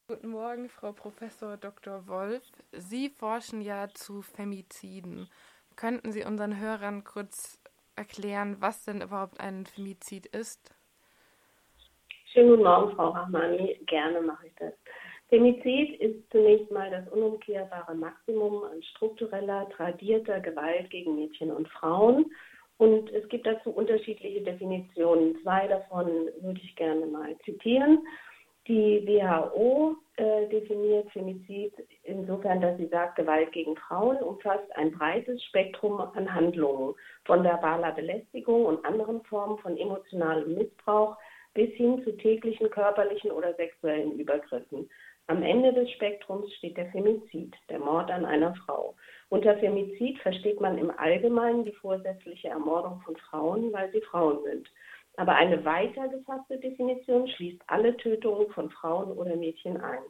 Guten Morgen, Frau Professor Dr. Wolf. Sie forschen ja zu Femiziden. Könnten Sie unseren Hörern kurz erklären, was denn überhaupt ein Femizid ist? Schönen guten Morgen, Frau Rahmani. Gerne mache ich das. Femizid ist zunächst mal das unumkehrbare Maximum an struktureller, tradierter Gewalt gegen Mädchen und Frauen. Und es gibt dazu unterschiedliche Definitionen. Zwei davon würde ich gerne mal zitieren. Die WHO definiert Femizid insofern, dass sie sagt, Gewalt gegen Frauen umfasst ein breites Spektrum an Handlungen, von verbaler Belästigung und anderen Formen von emotionalem Missbrauch bis hin zu täglichen körperlichen oder sexuellen Übergriffen. Am Ende des Spektrums steht der Femizid, der Mord an einer Frau. Unter Femizid versteht man im Allgemeinen die vorsätzliche Ermordung von Frauen, weil sie Frauen sind. Aber eine weiter gefasste Definition schließt alle Tötungen von Frauen oder Mädchen ein.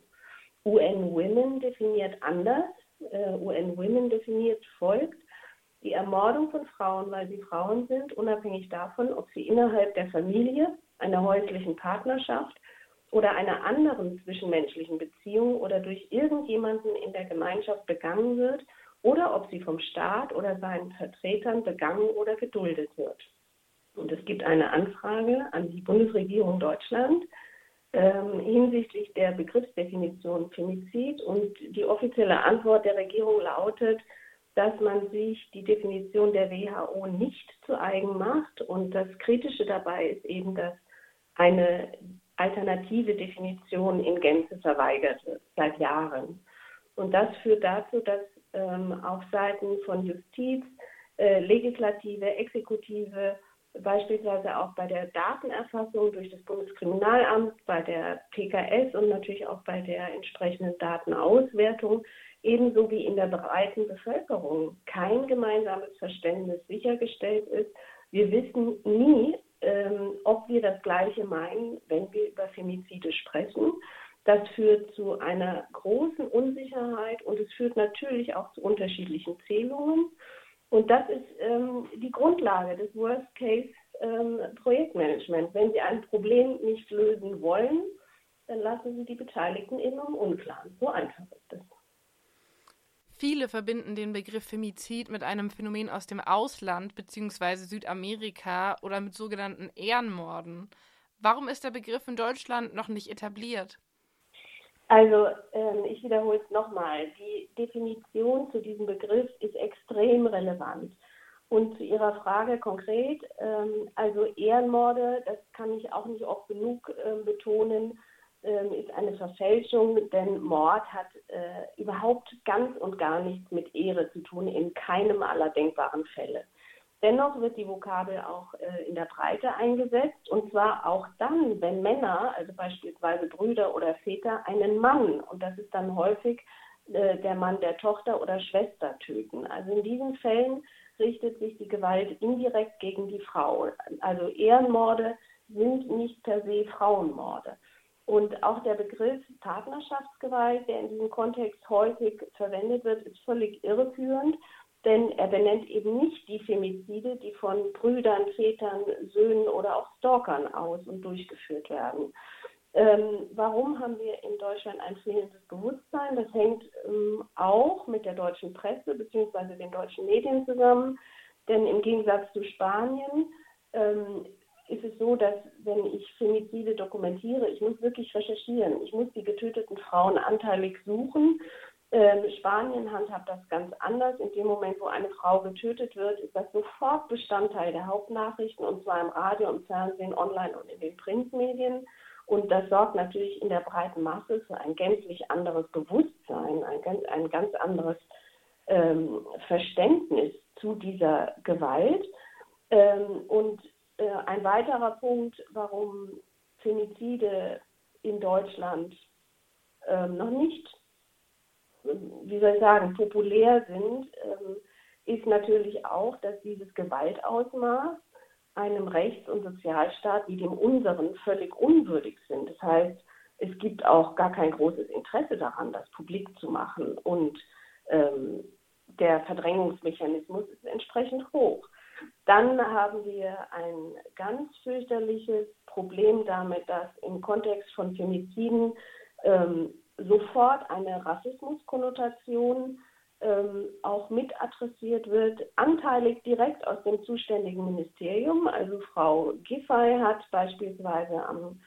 UN Women definiert anders. UN Women definiert folgt: die Ermordung von Frauen, weil sie Frauen sind, unabhängig davon, ob sie innerhalb der Familie, einer häuslichen Partnerschaft oder einer anderen zwischenmenschlichen Beziehung oder durch irgendjemanden in der Gemeinschaft begangen wird oder ob sie vom Staat oder seinen Vertretern begangen oder geduldet wird. Und es gibt eine Anfrage an die Bundesregierung Deutschland hinsichtlich der Begriffsdefinition Femizid, und die offizielle Antwort der Regierung lautet, dass man sich die Definition der WHO nicht zu eigen macht, und das Kritische dabei ist eben, dass eine alternative Definition in Gänze verweigert wird, seit Jahren. Und das führt dazu, dass auf Seiten von Justiz, Legislative, Exekutive, beispielsweise auch bei der Datenerfassung durch das Bundeskriminalamt, bei der PKS und natürlich auch bei der entsprechenden Datenauswertung, ebenso wie in der breiten Bevölkerung kein gemeinsames Verständnis sichergestellt ist. Wir wissen nie, ob wir das Gleiche meinen, wenn wir über Femizide sprechen. Das führt zu einer großen Unsicherheit und es führt natürlich auch zu unterschiedlichen Zählungen. Und das ist die Grundlage des Worst-Case-Projektmanagements. Wenn Sie ein Problem nicht lösen wollen, dann lassen Sie die Beteiligten eben im Unklaren. So einfach ist es. Viele verbinden den Begriff Femizid mit einem Phänomen aus dem Ausland bzw. Südamerika oder mit sogenannten Ehrenmorden. Warum ist der Begriff in Deutschland noch nicht etabliert? Also ich wiederhole es nochmal, die Definition zu diesem Begriff ist extrem relevant. Und zu Ihrer Frage konkret, also Ehrenmorde, das kann ich auch nicht oft genug betonen, ist eine Verfälschung, denn Mord hat überhaupt ganz und gar nichts mit Ehre zu tun, in keinem aller denkbaren Fälle. Dennoch wird die Vokabel auch in der Breite eingesetzt, und zwar auch dann, wenn Männer, also beispielsweise Brüder oder Väter, einen Mann, und das ist dann häufig der Mann der Tochter oder Schwester, töten. Also in diesen Fällen richtet sich die Gewalt indirekt gegen die Frau. Also Ehrenmorde sind nicht per se Frauenmorde. Und auch der Begriff Partnerschaftsgewalt, der in diesem Kontext häufig verwendet wird, ist völlig irreführend. Denn er benennt eben nicht die Femizide, die von Brüdern, Vätern, Söhnen oder auch Stalkern aus- und durchgeführt werden. Warum haben wir in Deutschland ein fehlendes Bewusstsein? Das hängt auch mit der deutschen Presse bzw. den deutschen Medien zusammen. Denn im Gegensatz zu Spanien ist es so, dass wenn ich Femizide dokumentiere, ich muss wirklich recherchieren. Ich muss die getöteten Frauen anteilig suchen. Spanien handhabt das ganz anders. In dem Moment, wo eine Frau getötet wird, ist das sofort Bestandteil der Hauptnachrichten, und zwar im Radio, im Fernsehen, online und in den Printmedien. Und das sorgt natürlich in der breiten Masse für ein gänzlich anderes Bewusstsein, ein ganz anderes Verständnis zu dieser Gewalt. Und ein weiterer Punkt, warum Femizide in Deutschland noch nicht, wie soll ich sagen, populär sind, ist natürlich auch, dass dieses Gewaltausmaß einem Rechts- und Sozialstaat wie dem unseren völlig unwürdig sind. Das heißt, es gibt auch gar kein großes Interesse daran, das publik zu machen, und der Verdrängungsmechanismus ist entsprechend hoch. Dann haben wir ein ganz fürchterliches Problem damit, dass im Kontext von Femiziden sofort eine Rassismuskonnotation auch mit adressiert wird, anteilig direkt aus dem zuständigen Ministerium. Also Frau Giffey hat beispielsweise am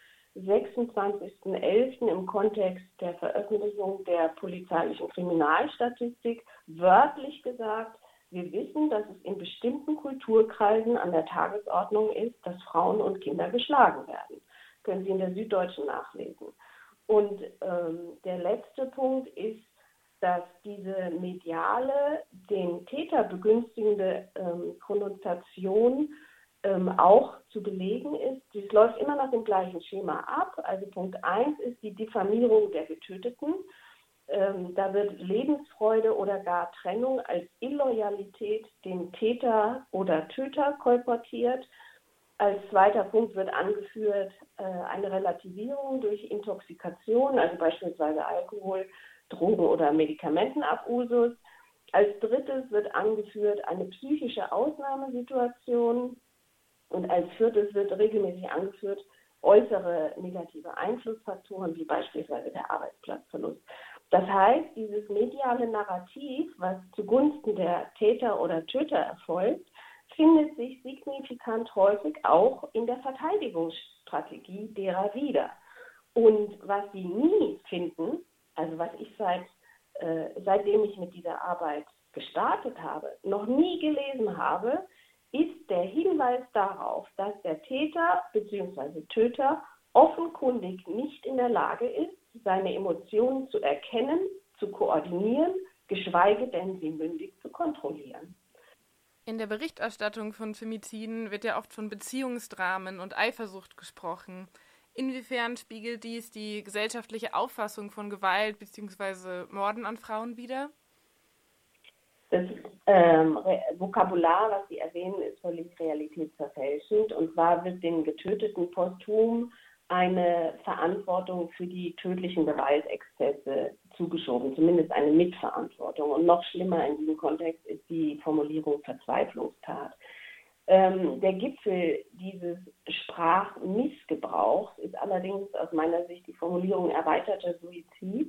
26.11. im Kontext der Veröffentlichung der polizeilichen Kriminalstatistik wörtlich gesagt, wir wissen, dass es in bestimmten Kulturkreisen an der Tagesordnung ist, dass Frauen und Kinder geschlagen werden. Können Sie in der Süddeutschen nachlesen. Und der letzte Punkt ist, dass diese mediale, den Täter begünstigende Konnotation auch zu belegen ist. Dies läuft immer nach dem gleichen Schema ab. Also Punkt 1 ist die Diffamierung der Getöteten. Da wird Lebensfreude oder gar Trennung als Illoyalität dem Täter oder Töter kolportiert. Als zweiter Punkt wird angeführt eine Relativierung durch Intoxikation, also beispielsweise Alkohol, Drogen- oder Medikamentenabusus. Als drittes wird angeführt eine psychische Ausnahmesituation. Und als viertes wird regelmäßig angeführt äußere negative Einflussfaktoren, wie beispielsweise der Arbeitsplatzverlust. Das heißt, dieses mediale Narrativ, was zugunsten der Täter oder Töter erfolgt, findet sich signifikant häufig auch in der Verteidigungsstrategie derer wieder. Und was sie nie finden, also was ich seitdem ich mit dieser Arbeit gestartet habe, noch nie gelesen habe, ist der Hinweis darauf, dass der Täter bzw. Töter offenkundig nicht in der Lage ist, seine Emotionen zu erkennen, zu koordinieren, geschweige denn sie mündig zu kontrollieren. In der Berichterstattung von Femiziden wird ja oft von Beziehungsdramen und Eifersucht gesprochen. Inwiefern spiegelt dies die gesellschaftliche Auffassung von Gewalt bzw. Morden an Frauen wider? Das Vokabular, was Sie erwähnen, ist völlig realitätsverfälschend. Und zwar wird den Getöteten posthum eine Verantwortung für die tödlichen Gewaltexzesse zugeschoben, zumindest eine Mitverantwortung. Und noch schlimmer in diesem Kontext ist die Formulierung Verzweiflungstat. Der Gipfel dieses Sprachmissgebrauchs ist allerdings aus meiner Sicht die Formulierung erweiterter Suizid.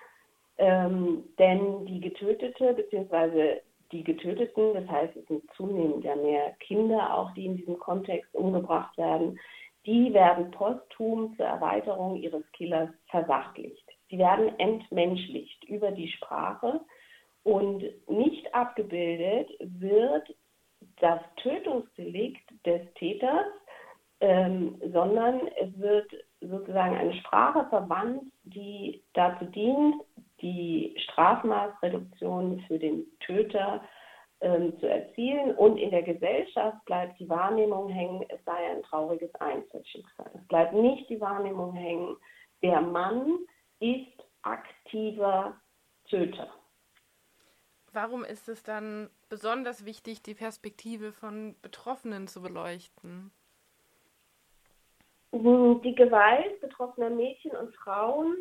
Denn die Getötete bzw. die Getöteten, das heißt, es sind zunehmend ja mehr Kinder auch, die in diesem Kontext umgebracht werden, die werden posthum zur Erweiterung ihres Killers versachlicht. Sie werden entmenschlicht über die Sprache und nicht abgebildet wird das Tötungsdelikt des Täters, sondern es wird sozusagen eine Sprache verwandt, die dazu dient, die Strafmaßreduktion für den Töter zu erzielen. Und in der Gesellschaft bleibt die Wahrnehmung hängen, es sei ein trauriges Einzelschicksal. Es bleibt nicht die Wahrnehmung hängen, der Mann ist aktiver Töter. Warum ist es dann besonders wichtig, die Perspektive von Betroffenen zu beleuchten? Die Gewalt betroffener Mädchen und Frauen,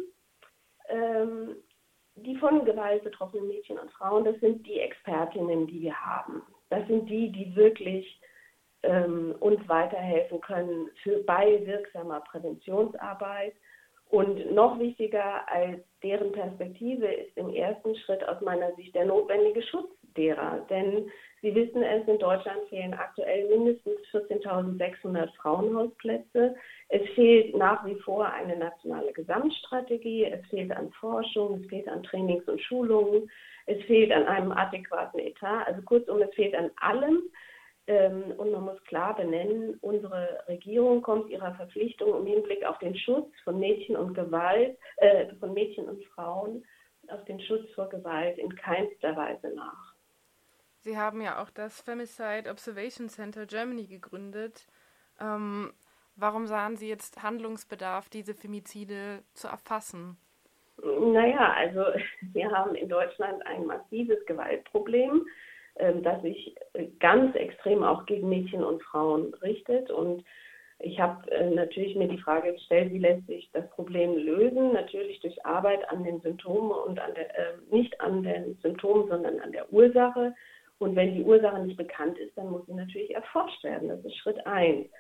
die von Gewalt betroffenen Mädchen und Frauen, das sind die Expertinnen, die wir haben. Das sind die wirklich uns weiterhelfen können bei wirksamer Präventionsarbeit. Und noch wichtiger als deren Perspektive ist im ersten Schritt aus meiner Sicht der notwendige Schutz derer. Denn Sie wissen es, in Deutschland fehlen aktuell mindestens 14.600 Frauenhausplätze. Es fehlt nach wie vor eine nationale Gesamtstrategie. Es fehlt an Forschung, es fehlt an Trainings und Schulungen, es fehlt an einem adäquaten Etat. Also kurzum, es fehlt an allem. Und man muss klar benennen, unsere Regierung kommt ihrer Verpflichtung im Hinblick auf den Schutz von Mädchen und Gewalt, von Mädchen und Frauen, auf den Schutz vor Gewalt in keinster Weise nach. Sie haben ja auch das Femicide Observation Center Germany gegründet. Warum sahen Sie jetzt Handlungsbedarf, diese Femizide zu erfassen? Naja, also wir haben in Deutschland ein massives Gewaltproblem, das sich ganz extrem auch gegen Mädchen und Frauen richtet. Und ich habe natürlich mir die Frage gestellt, wie lässt sich das Problem lösen? Natürlich durch Arbeit an den Symptomen und nicht an den Symptomen, sondern an der Ursache. Und wenn die Ursache nicht bekannt ist, dann muss sie natürlich erforscht werden. Das ist Schritt 1.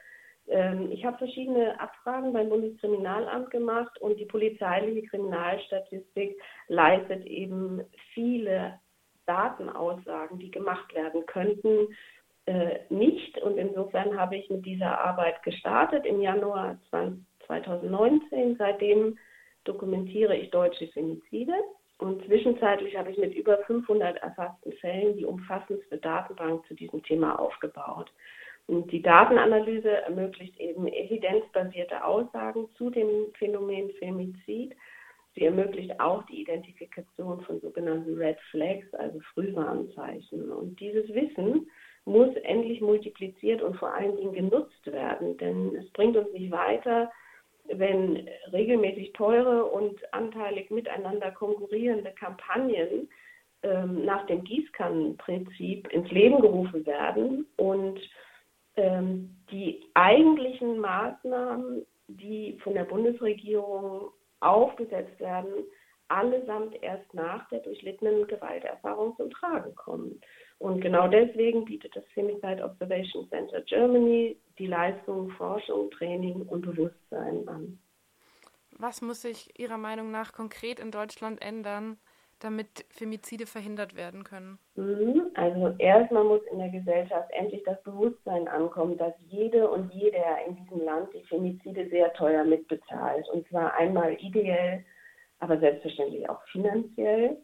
Ich habe verschiedene Abfragen beim Bundeskriminalamt gemacht und die polizeiliche Kriminalstatistik leistet eben viele Datenaussagen, die gemacht werden könnten, nicht. Und insofern habe ich mit dieser Arbeit gestartet im Januar 2019. Seitdem dokumentiere ich deutsche Femizide. Und zwischenzeitlich habe ich mit über 500 erfassten Fällen die umfassendste Datenbank zu diesem Thema aufgebaut. Und die Datenanalyse ermöglicht eben evidenzbasierte Aussagen zu dem Phänomen Femizid. Sie ermöglicht auch die Identifikation von sogenannten Red Flags, also Frühwarnzeichen. Und dieses Wissen muss endlich multipliziert und vor allen Dingen genutzt werden, denn es bringt uns nicht weiter, wenn regelmäßig teure und anteilig miteinander konkurrierende Kampagnen nach dem Gießkannenprinzip ins Leben gerufen werden und die eigentlichen Maßnahmen, die von der Bundesregierung aufgesetzt werden, allesamt erst nach der durchlittenen Gewalterfahrung zum Tragen kommen. Und genau deswegen bietet das Femicide Observation Center Germany die Leistungen Forschung, Training und Bewusstsein an. Was muss sich Ihrer Meinung nach konkret in Deutschland ändern, damit Femizide verhindert werden können? Also erstmal muss in der Gesellschaft endlich das Bewusstsein ankommen, dass jede und jeder in diesem Land die Femizide sehr teuer mitbezahlt. Und zwar einmal ideell, aber selbstverständlich auch finanziell.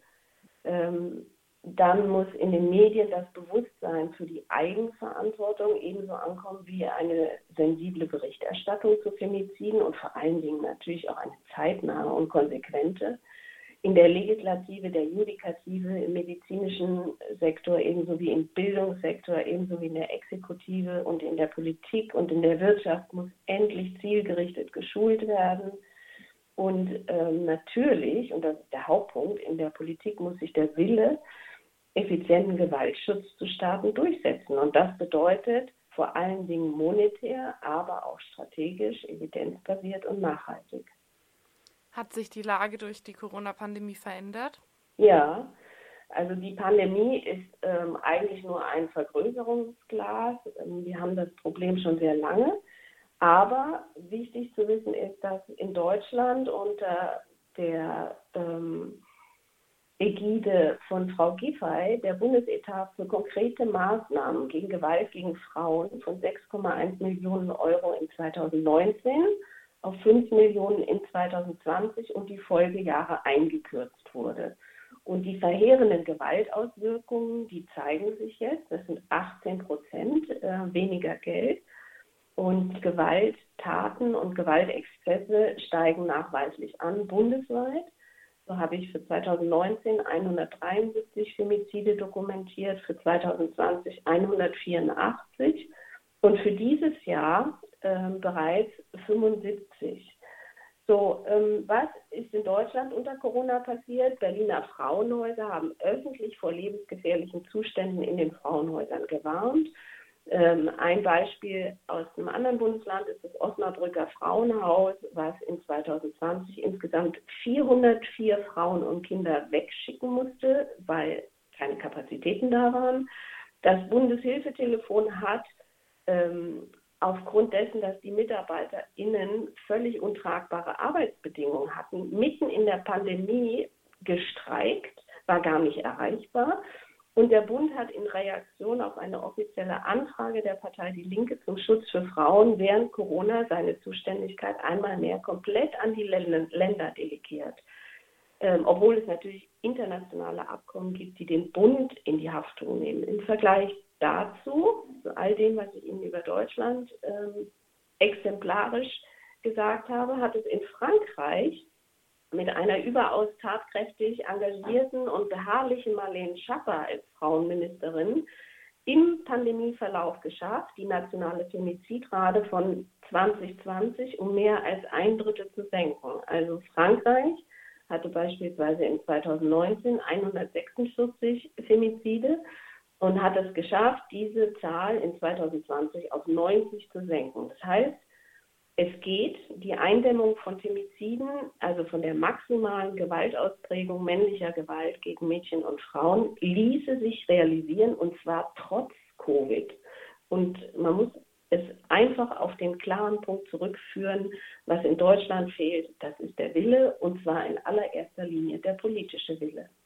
Dann muss in den Medien das Bewusstsein für die Eigenverantwortung ebenso ankommen wie eine sensible Berichterstattung zu Femiziden und vor allen Dingen natürlich auch eine zeitnahe und konsequente. In der Legislative, der Judikative, im medizinischen Sektor ebenso wie im Bildungssektor, ebenso wie in der Exekutive und in der Politik und in der Wirtschaft muss endlich zielgerichtet geschult werden. Und natürlich, und das ist der Hauptpunkt, in der Politik muss sich der Wille, effizienten Gewaltschutz zu starten, durchsetzen. Und das bedeutet vor allen Dingen monetär, aber auch strategisch, evidenzbasiert und nachhaltig. Hat sich die Lage durch die Corona-Pandemie verändert? Ja, also die Pandemie ist eigentlich nur ein Vergrößerungsglas. Wir haben das Problem schon sehr lange. Aber wichtig zu wissen ist, dass in Deutschland unter der Ägide von Frau Giffey der Bundesetat für konkrete Maßnahmen gegen Gewalt gegen Frauen von 6,1 Millionen Euro in 2019 auf 5 Millionen in 2020 und die Folgejahre eingekürzt wurde. Und die verheerenden Gewaltauswirkungen, die zeigen sich jetzt, das sind 18% weniger Geld. Und Gewalttaten und Gewaltexzesse steigen nachweislich an, bundesweit. So habe ich für 2019 173 Femizide dokumentiert, für 2020 184 und für dieses Jahr bereits 75. So, was ist in Deutschland unter Corona passiert? Berliner Frauenhäuser haben öffentlich vor lebensgefährlichen Zuständen in den Frauenhäusern gewarnt. Ein Beispiel aus einem anderen Bundesland ist das Osnabrücker Frauenhaus, was in 2020 insgesamt 404 Frauen und Kinder wegschicken musste, weil keine Kapazitäten da waren. Das Bundeshilfetelefon hat aufgrund dessen, dass die MitarbeiterInnen völlig untragbare Arbeitsbedingungen hatten, mitten in der Pandemie gestreikt, war gar nicht erreichbar. Und der Bund hat in Reaktion auf eine offizielle Anfrage der Partei Die Linke zum Schutz für Frauen während Corona seine Zuständigkeit einmal mehr komplett an die Länder delegiert. Obwohl es natürlich internationale Abkommen gibt, die den Bund in die Haftung nehmen. Im Vergleich dazu, zu all dem, was ich Ihnen über Deutschland exemplarisch gesagt habe, hat es in Frankreich mit einer überaus tatkräftig engagierten und beharrlichen Marlene Schaper als Frauenministerin im Pandemieverlauf geschafft, die nationale Femizidrate von 2020 um mehr als 1/3 zu senken. Also Frankreich hatte beispielsweise in 2019 146 Femizide und hat es geschafft, diese Zahl in 2020 auf 90 zu senken. Das heißt, es geht, die Eindämmung von Femiziden, also von der maximalen Gewaltausprägung männlicher Gewalt gegen Mädchen und Frauen, ließe sich realisieren und zwar trotz Covid. Und man muss es einfach auf den klaren Punkt zurückführen, was in Deutschland fehlt. Das ist der Wille, und zwar in allererster Linie der politische Wille.